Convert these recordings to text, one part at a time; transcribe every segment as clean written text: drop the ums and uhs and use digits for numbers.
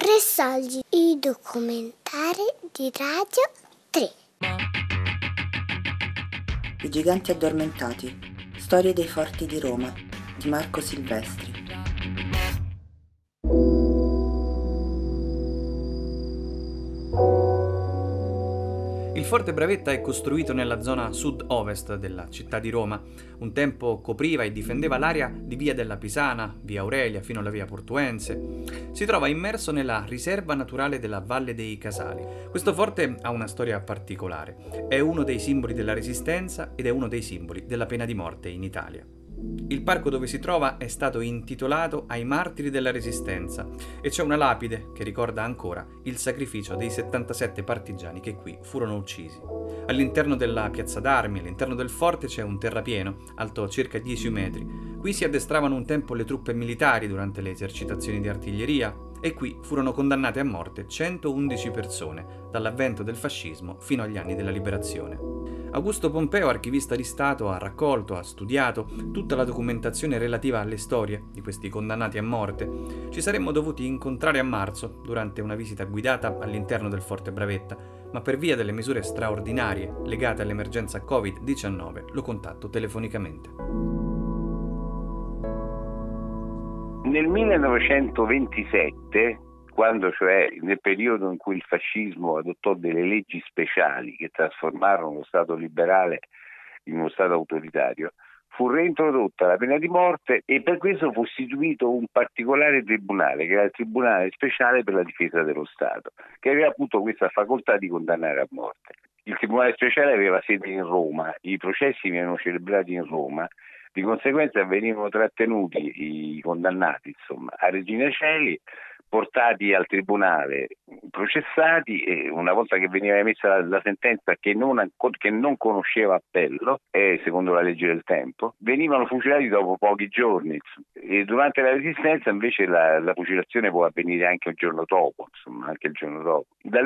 Tre soldi, i documentari di Radio 3. I giganti addormentati. Storie dei forti di Roma di Marco Silvestri. Il Forte Bravetta è costruito nella zona sud-ovest della città di Roma. Un tempo copriva e difendeva l'area di Via della Pisana, Via Aurelia fino alla Via Portuense. Si trova immerso nella riserva naturale della Valle dei Casali. Questo forte ha una storia particolare. È uno dei simboli della Resistenza ed è uno dei simboli della pena di morte in Italia. Il parco dove si trova è stato intitolato ai martiri della Resistenza e c'è una lapide che ricorda ancora il sacrificio dei 77 partigiani che qui furono uccisi. All'interno della piazza d'armi, all'interno del forte, c'è un terrapieno alto circa 10 metri. Qui si addestravano un tempo le truppe militari durante le esercitazioni di artiglieria e qui furono condannate a morte 111 persone dall'avvento del fascismo fino agli anni della liberazione. Augusto Pompeo, archivista di Stato, ha raccolto, ha studiato tutta la documentazione relativa alle storie di questi condannati a morte. Ci saremmo dovuti incontrare a marzo durante una visita guidata all'interno del Forte Bravetta, ma per via delle misure straordinarie legate all'emergenza Covid-19 lo contatto telefonicamente. Nel 1927, quando cioè nel periodo in cui il fascismo adottò delle leggi speciali che trasformarono lo Stato liberale in uno Stato autoritario, fu reintrodotta la pena di morte e per questo fu istituito un particolare tribunale, che era il Tribunale Speciale per la Difesa dello Stato, che aveva appunto questa facoltà di condannare a morte. Il Tribunale Speciale aveva sede in Roma, i processi venivano celebrati in Roma, di conseguenza venivano trattenuti i condannati, insomma, a Regina Coeli, portati al tribunale, processati e una volta che veniva emessa la sentenza che non conosceva appello, secondo la legge del tempo, venivano fucilati dopo pochi giorni e durante la Resistenza invece la fucilazione può avvenire anche un giorno dopo, insomma, anche il giorno dopo. Dal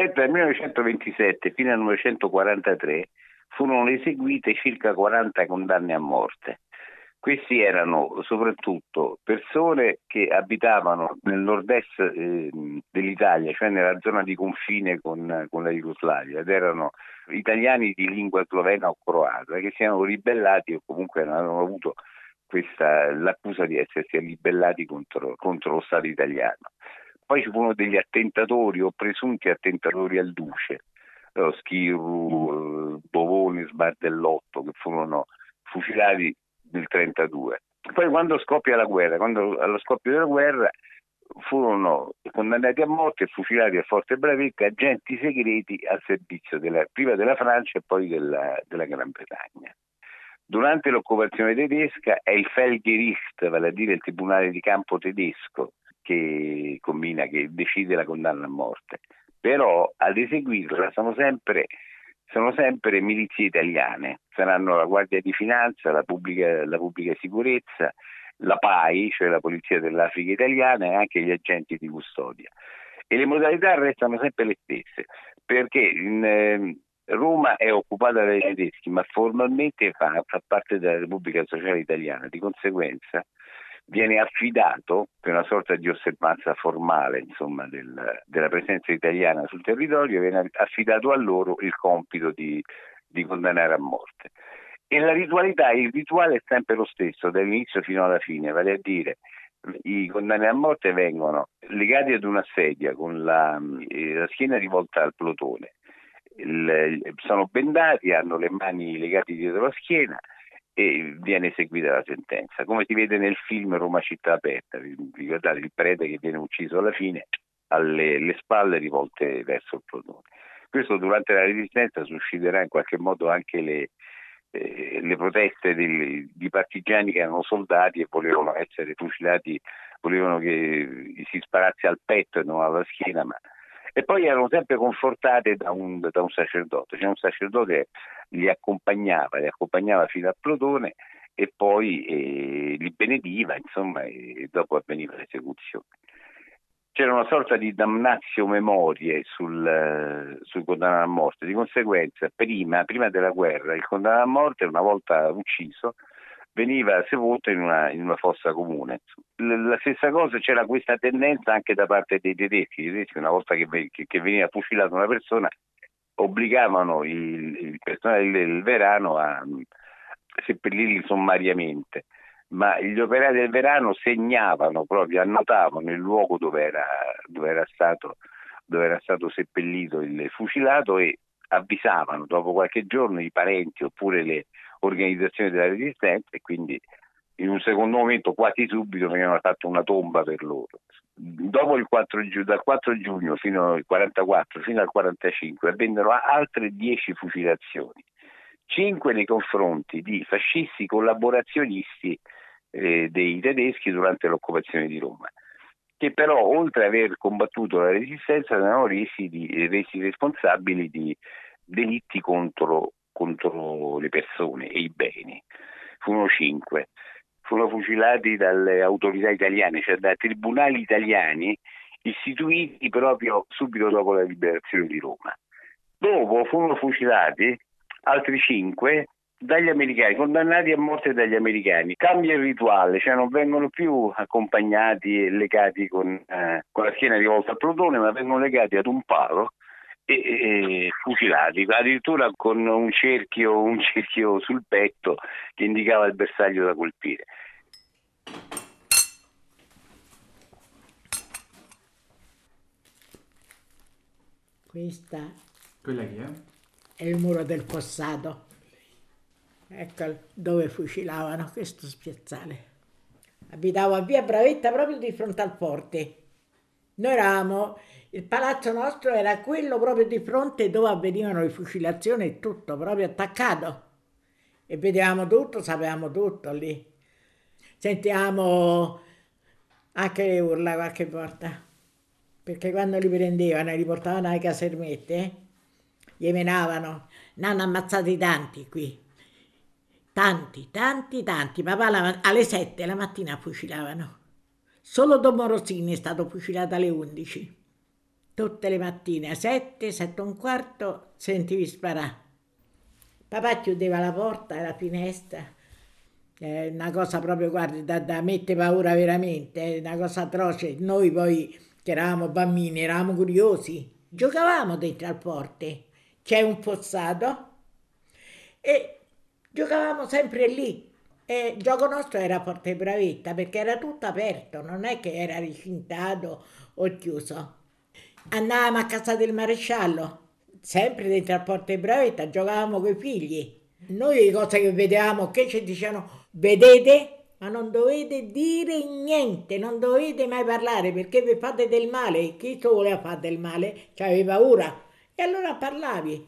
1927 fino al 1943 furono eseguite circa 40 condanne a morte. Questi erano soprattutto persone che abitavano nel nord-est dell'Italia, cioè nella zona di confine con la Jugoslavia, ed erano italiani di lingua slovena o croata che si erano ribellati o comunque avevano avuto l'accusa di essersi ribellati contro lo Stato italiano. Poi ci furono degli attentatori o presunti attentatori al Duce, Schirru, Bovone, Sbardellotto, che furono fucilati nel 1932. Poi quando scoppia la guerra, allo scoppio della guerra furono condannati a morte e fucilati a Forte Bravetta agenti segreti al servizio prima della Francia e poi della Gran Bretagna. Durante l'occupazione tedesca è il Felgericht, vale a dire il tribunale di campo tedesco, che decide la condanna a morte. Però ad eseguirla sono sempre milizie italiane, saranno la Guardia di Finanza, la pubblica sicurezza, la PAI, cioè la Polizia dell'Africa Italiana, e anche gli agenti di custodia. E le modalità restano sempre le stesse, perché Roma è occupata dai tedeschi, ma formalmente fa parte della Repubblica Sociale Italiana, di conseguenza viene affidato, per una sorta di osservanza formale, insomma, della presenza italiana sul territorio, viene affidato a loro il compito di condannare a morte. E il rituale è sempre lo stesso, dall'inizio fino alla fine, vale a dire i condannati a morte vengono legati ad una sedia con la schiena rivolta al plotone, sono bendati, hanno le mani legate dietro la schiena e viene eseguita la sentenza, come si vede nel film Roma città aperta. Ricordate il prete che viene ucciso alla fine, alle le spalle rivolte verso il plotone. Questo durante la Resistenza susciterà in qualche modo anche le proteste di partigiani che erano soldati e volevano essere fucilati, volevano che si sparasse al petto e non alla schiena, e poi erano sempre confortate da un sacerdote. C'è un sacerdote che li accompagnava fino al plotone e poi li benediva, insomma, e dopo avveniva l'esecuzione. C'era una sorta di damnatio memoriae sul condannato a morte. Di conseguenza, prima della guerra, il condannato a morte, una volta ucciso, veniva sepolto in una fossa comune. La stessa cosa, c'era questa tendenza anche da parte dei tedeschi. I tedeschi, una volta che veniva fucilata una persona, obbligavano il personale del Verano a seppellirli sommariamente, ma gli operai del Verano segnavano proprio, annotavano il luogo dove era stato seppellito il fucilato e avvisavano dopo qualche giorno i parenti oppure le organizzazioni della resistenza, e quindi in un secondo momento quasi subito venivano fatta una tomba per loro. Dopo dal 4 giugno fino al 44 fino al 45 avvennero altre 10 fucilazioni, 5 nei confronti di fascisti collaborazionisti dei tedeschi durante l'occupazione di Roma, che però oltre ad aver combattuto la resistenza erano resi responsabili di delitti contro le persone e i beni. Furono 5. Furono fucilati dalle autorità italiane, cioè da tribunali italiani istituiti proprio subito dopo la liberazione di Roma. Dopo furono fucilati altri 5 dagli americani, condannati a morte dagli americani. Cambia il rituale, cioè non vengono più accompagnati e legati con la schiena rivolta al plotone, ma vengono legati ad un palo e fucilati, addirittura con un cerchio sul petto che indicava il bersaglio da colpire. Quella chi è? È il muro del Fossato. Ecco dove fucilavano questo spiazzale. Abitavo a via Bravetta proprio di fronte al forte. Noi eravamo, il palazzo nostro era quello proprio di fronte dove avvenivano le fucilazioni e tutto, proprio attaccato. E vedevamo tutto, sapevamo tutto lì. Sentivamo anche le urla qualche volta, perché quando li prendevano e li portavano alle casermette, gli menavano. Ne hanno ammazzati tanti qui. Tanti. Papà alle 7 la mattina fucilavano. Solo Don Morosini è stato fucilato alle 11. Tutte le mattine, a 7, 7 e un quarto, sentivi sparare. Papà chiudeva la porta e la finestra. È una cosa proprio, guardi, da mettere paura veramente, è una cosa atroce. Noi poi, che eravamo bambini, eravamo curiosi. Giocavamo dentro al forte. C'è un fossato e giocavamo sempre lì. E il gioco nostro era Forte Bravetta perché era tutto aperto, non è che era recintato o chiuso. Andavamo a casa del maresciallo, sempre dentro al Forte Bravetta, giocavamo coi figli. Noi le cose che vedevamo, che ci dicevano, vedete, ma non dovete dire niente, non dovete mai parlare perché vi fate del male. Chi ti voleva fare del male? Cioè aveva paura. E allora parlavi.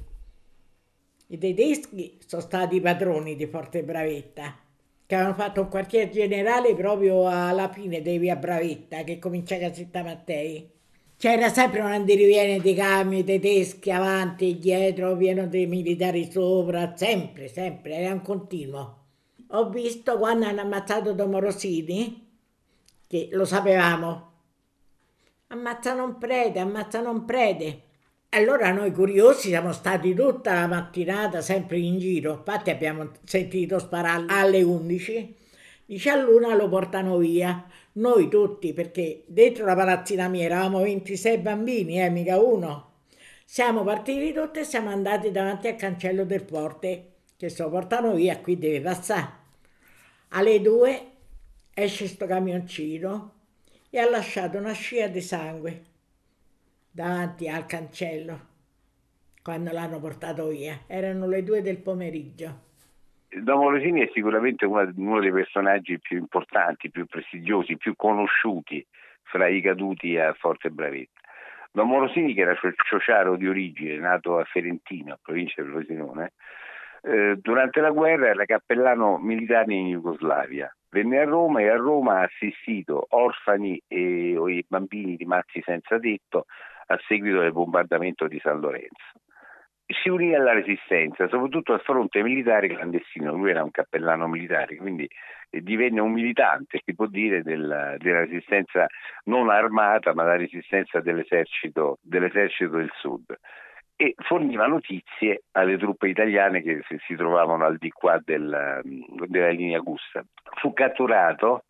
I tedeschi sono stati i padroni di Forte Bravetta, che avevano fatto un quartier generale proprio alla fine di via Bravetta, che comincia a Casetta Mattei. C'era sempre un andiriviene di camion tedeschi avanti e dietro, pieno di militari sopra, sempre, era un continuo. Ho visto quando hanno ammazzato Don Morosini, che lo sapevamo, ammazzano un prete. Allora noi curiosi siamo stati tutta la mattinata sempre in giro, infatti abbiamo sentito sparare alle 11, dice all'1 lo portano via, noi tutti, perché dentro la palazzina mia eravamo 26 bambini, mica uno. Siamo partiti tutti e siamo andati davanti al cancello del forte, che se lo portano via, qui deve passare. Alle 2 esce sto camioncino e ha lasciato una scia di sangue davanti al cancello quando l'hanno portato via. Erano le 2 del pomeriggio. Don Morosini è sicuramente uno dei personaggi più importanti, più prestigiosi, più conosciuti fra i caduti a Forte Bravetta. Don Morosini, che era ciociaro di origine, nato a Ferentino, provincia di Frosinone, durante la guerra era cappellano militare in Jugoslavia. Venne a Roma e a Roma ha assistito orfani e bambini rimasti senza tetto a seguito del bombardamento di San Lorenzo. Si unì alla resistenza, soprattutto al fronte militare clandestino. Lui era un cappellano militare, quindi divenne un militante, si può dire, della resistenza non armata, ma la resistenza dell'esercito del Sud. e forniva notizie alle truppe italiane che si trovavano al di qua della linea Augusta. Fu catturato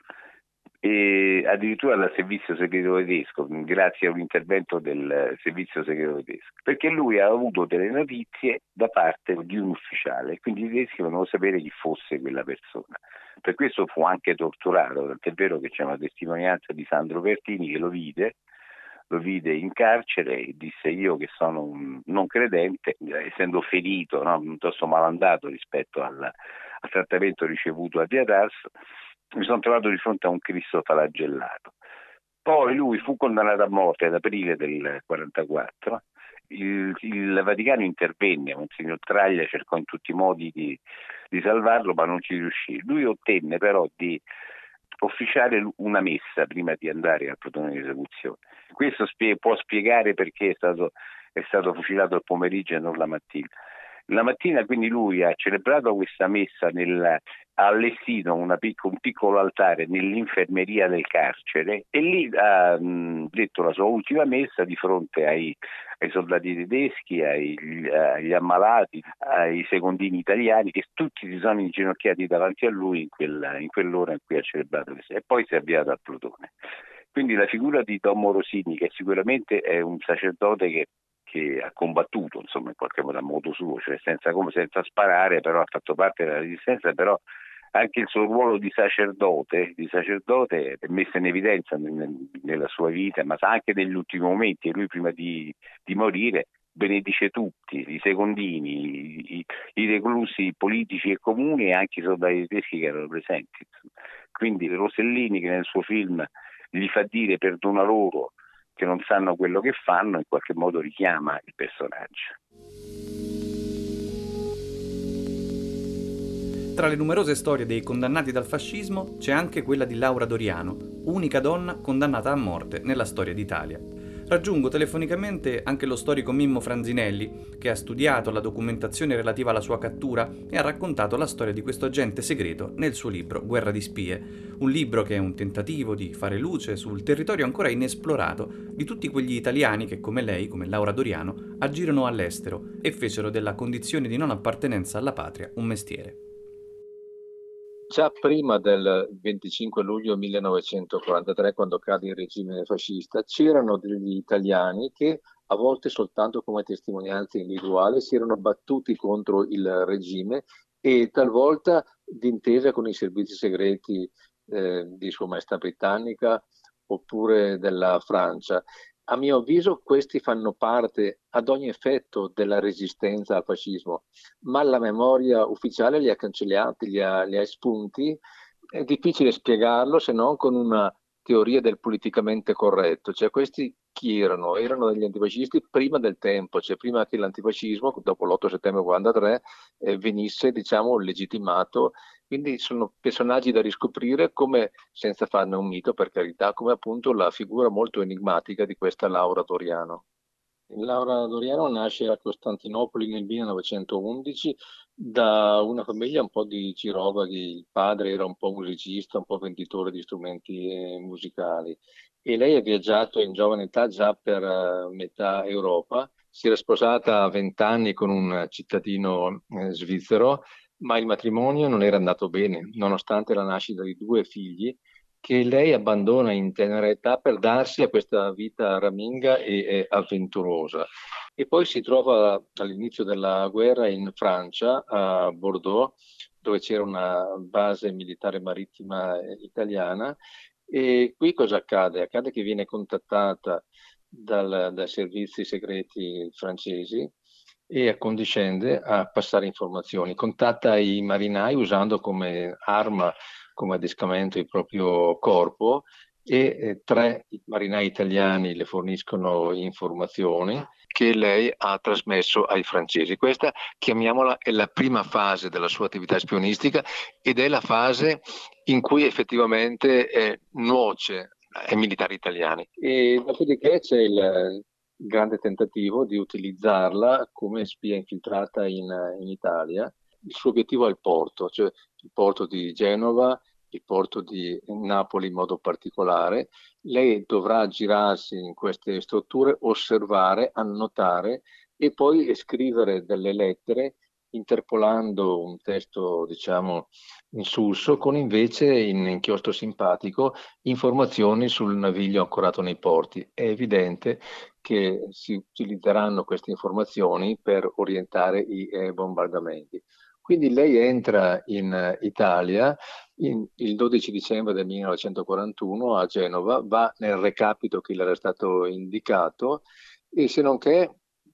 addirittura dal servizio segreto tedesco, grazie a un intervento del servizio segreto tedesco, perché lui aveva avuto delle notizie da parte di un ufficiale, quindi i tedeschi volevano sapere chi fosse quella persona. Per questo fu anche torturato, tant'è vero che c'è una testimonianza di Sandro Pertini che lo vide in carcere e disse: io che sono un non credente, essendo ferito, no, piuttosto malandato rispetto al trattamento ricevuto a Via Tarso, mi sono trovato di fronte a un Cristo flagellato. Poi lui fu condannato a morte ad aprile del 44. Il Vaticano intervenne, Monsignor Traglia cercò in tutti i modi di salvarlo, ma non ci riuscì. Lui ottenne però di officiare una messa prima di andare al plotone di esecuzione. Questo può spiegare perché è stato fucilato al pomeriggio e non la mattina. La mattina quindi lui ha celebrato questa messa, ha allestito un piccolo altare nell'infermeria del carcere e lì ha detto la sua ultima messa di fronte ai soldati tedeschi, agli ammalati, ai secondini italiani, che tutti si sono inginocchiati davanti a lui in quell'ora in cui ha celebrato questo, e poi si è avviato al plotone. Quindi la figura di Don Morosini, che sicuramente è un sacerdote che ha combattuto, insomma, in qualche modo a modo suo, cioè senza sparare, però ha fatto parte della resistenza, però anche il suo ruolo di sacerdote è messo in evidenza nella sua vita, ma anche negli ultimi momenti. E lui prima di morire benedice tutti, i secondini, i reclusi politici e comuni e anche i soldati tedeschi che erano presenti. Quindi Rossellini, che nel suo film gli fa dire perdona loro che non sanno quello che fanno, in qualche modo richiama il personaggio. Tra le numerose storie dei condannati dal fascismo c'è anche quella di Laura Doriano, unica donna condannata a morte nella storia d'Italia. Raggiungo telefonicamente anche lo storico Mimmo Franzinelli, che ha studiato la documentazione relativa alla sua cattura e ha raccontato la storia di questo agente segreto nel suo libro Guerra di spie, un libro che è un tentativo di fare luce sul territorio ancora inesplorato di tutti quegli italiani che, come lei, come Laura Doriano, agirono all'estero e fecero della condizione di non appartenenza alla patria un mestiere. Già prima del 25 luglio 1943, quando cade il regime fascista, c'erano degli italiani che, a volte soltanto come testimonianze individuali, si erano battuti contro il regime e talvolta d'intesa con i servizi segreti di Sua Maestà Britannica oppure della Francia. A mio avviso questi fanno parte ad ogni effetto della resistenza al fascismo, ma la memoria ufficiale li ha cancellati, li ha espunti. È difficile spiegarlo se non con una teoria del politicamente corretto. Cioè questi chi erano? Erano degli antifascisti prima del tempo, cioè prima che l'antifascismo, dopo l'8 settembre 1943, venisse, diciamo, legittimato. Quindi sono personaggi da riscoprire, come, senza farne un mito per carità, come appunto la figura molto enigmatica di questa Laura Doriano. Laura Doriano nasce a Costantinopoli nel 1911 da una famiglia un po' di girovaghi. Il padre era un po' musicista, un po' venditore di strumenti musicali, e lei ha viaggiato in giovane età già per metà Europa. Si era sposata a 20 anni con un cittadino svizzero, ma il matrimonio non era andato bene, nonostante la nascita di 2 figli, che lei abbandona in tenera età per darsi a questa vita raminga e avventurosa. E poi si trova all'inizio della guerra in Francia, a Bordeaux, dove c'era una base militare marittima italiana. E qui cosa accade? Accade che viene contattata dai servizi segreti francesi e accondiscende a passare informazioni. Contatta i marinai usando come arma, come adescamento il proprio corpo, e 3 marinai italiani le forniscono informazioni che lei ha trasmesso ai francesi. Questa, chiamiamola, è la prima fase della sua attività spionistica ed è la fase in cui effettivamente nuoce ai militari italiani. E dopodiché c'è il grande tentativo di utilizzarla come spia infiltrata in Italia. Il suo obiettivo è il porto, cioè il porto di Genova, il porto di Napoli in modo particolare. Lei dovrà girarsi in queste strutture, osservare, annotare e poi scrivere delle lettere interpolando un testo, diciamo, insulso, con invece in inchiostro simpatico informazioni sul naviglio ancorato nei porti. È evidente che si utilizzeranno queste informazioni per orientare i bombardamenti. Quindi lei entra in Italia il 12 dicembre del 1941 a Genova, va nel recapito che le era stato indicato e se non che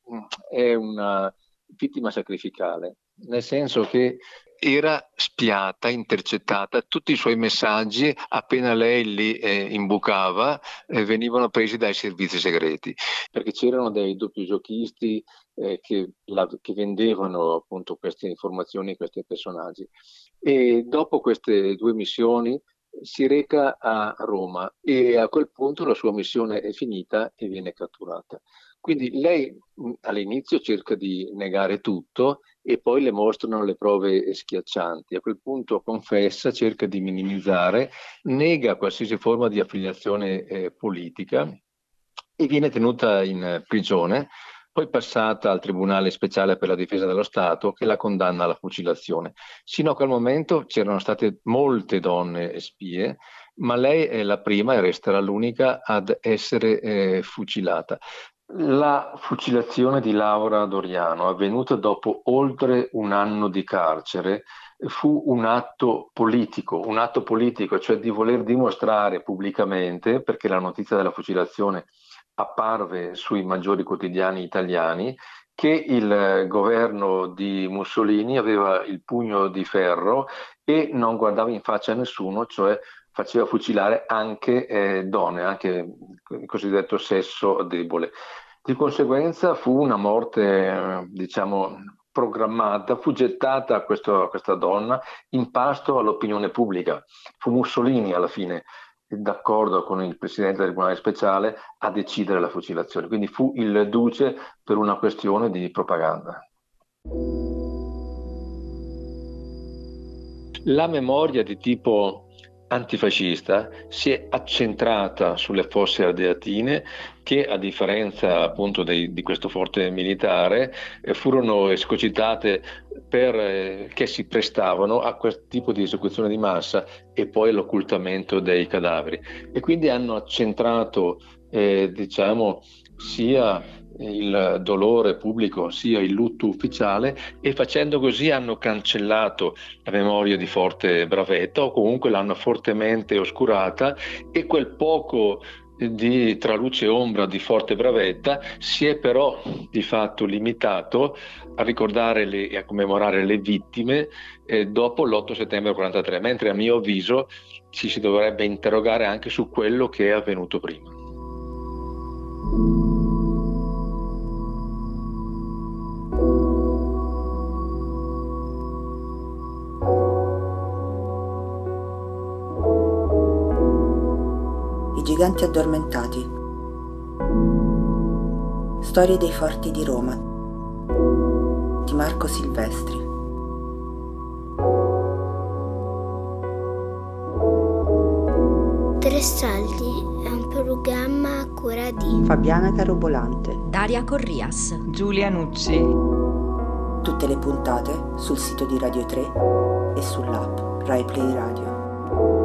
è una vittima sacrificale, nel senso che era spiata, intercettata, tutti i suoi messaggi appena lei li imbucava venivano presi dai servizi segreti, perché c'erano dei doppiogiochisti che vendevano appunto queste informazioni, questi personaggi. E dopo queste 2 missioni si reca a Roma e a quel punto la sua missione è finita e viene catturata. Quindi lei all'inizio cerca di negare tutto e poi le mostrano le prove schiaccianti. A quel punto confessa, cerca di minimizzare, nega qualsiasi forma di affiliazione politica e viene tenuta in prigione, poi passata al Tribunale Speciale per la Difesa dello Stato che la condanna alla fucilazione. Sino a quel momento c'erano state molte donne spie, ma lei è la prima e resterà l'unica ad essere fucilata. La fucilazione di Laura Doriano, avvenuta dopo oltre un anno di carcere, fu un atto politico, cioè di voler dimostrare pubblicamente, perché la notizia della fucilazione apparve sui maggiori quotidiani italiani, che il governo di Mussolini aveva il pugno di ferro e non guardava in faccia a nessuno, cioè faceva fucilare anche donne, anche il cosiddetto sesso debole. Di conseguenza fu una morte, diciamo, programmata, fu gettata questa donna in pasto all'opinione pubblica. Fu Mussolini alla fine, d'accordo con il presidente del Tribunale Speciale, a decidere la fucilazione. Quindi fu il duce per una questione di propaganda. La memoria di tipo antifascista si è accentrata sulle fosse ardeatine che, a differenza appunto di questo forte militare, furono escogitate che si prestavano a questo tipo di esecuzione di massa e poi l'occultamento dei cadaveri, e quindi hanno accentrato diciamo sia il dolore pubblico sia il lutto ufficiale, e facendo così hanno cancellato la memoria di Forte Bravetta, o comunque l'hanno fortemente oscurata, e quel poco tra luce e ombra di Forte Bravetta si è però di fatto limitato a ricordare e a commemorare le vittime dopo l'8 settembre 1943, mentre a mio avviso ci si dovrebbe interrogare anche su quello che è avvenuto prima. I giganti addormentati. Storie dei forti di Roma di Marco Silvestri. Tre soldi è un programma a cura di Fabiana Carobolante, Daria Corrias, Giulia Nucci. Tutte le puntate sul sito di Radio 3 e sull'app Rai Play Radio.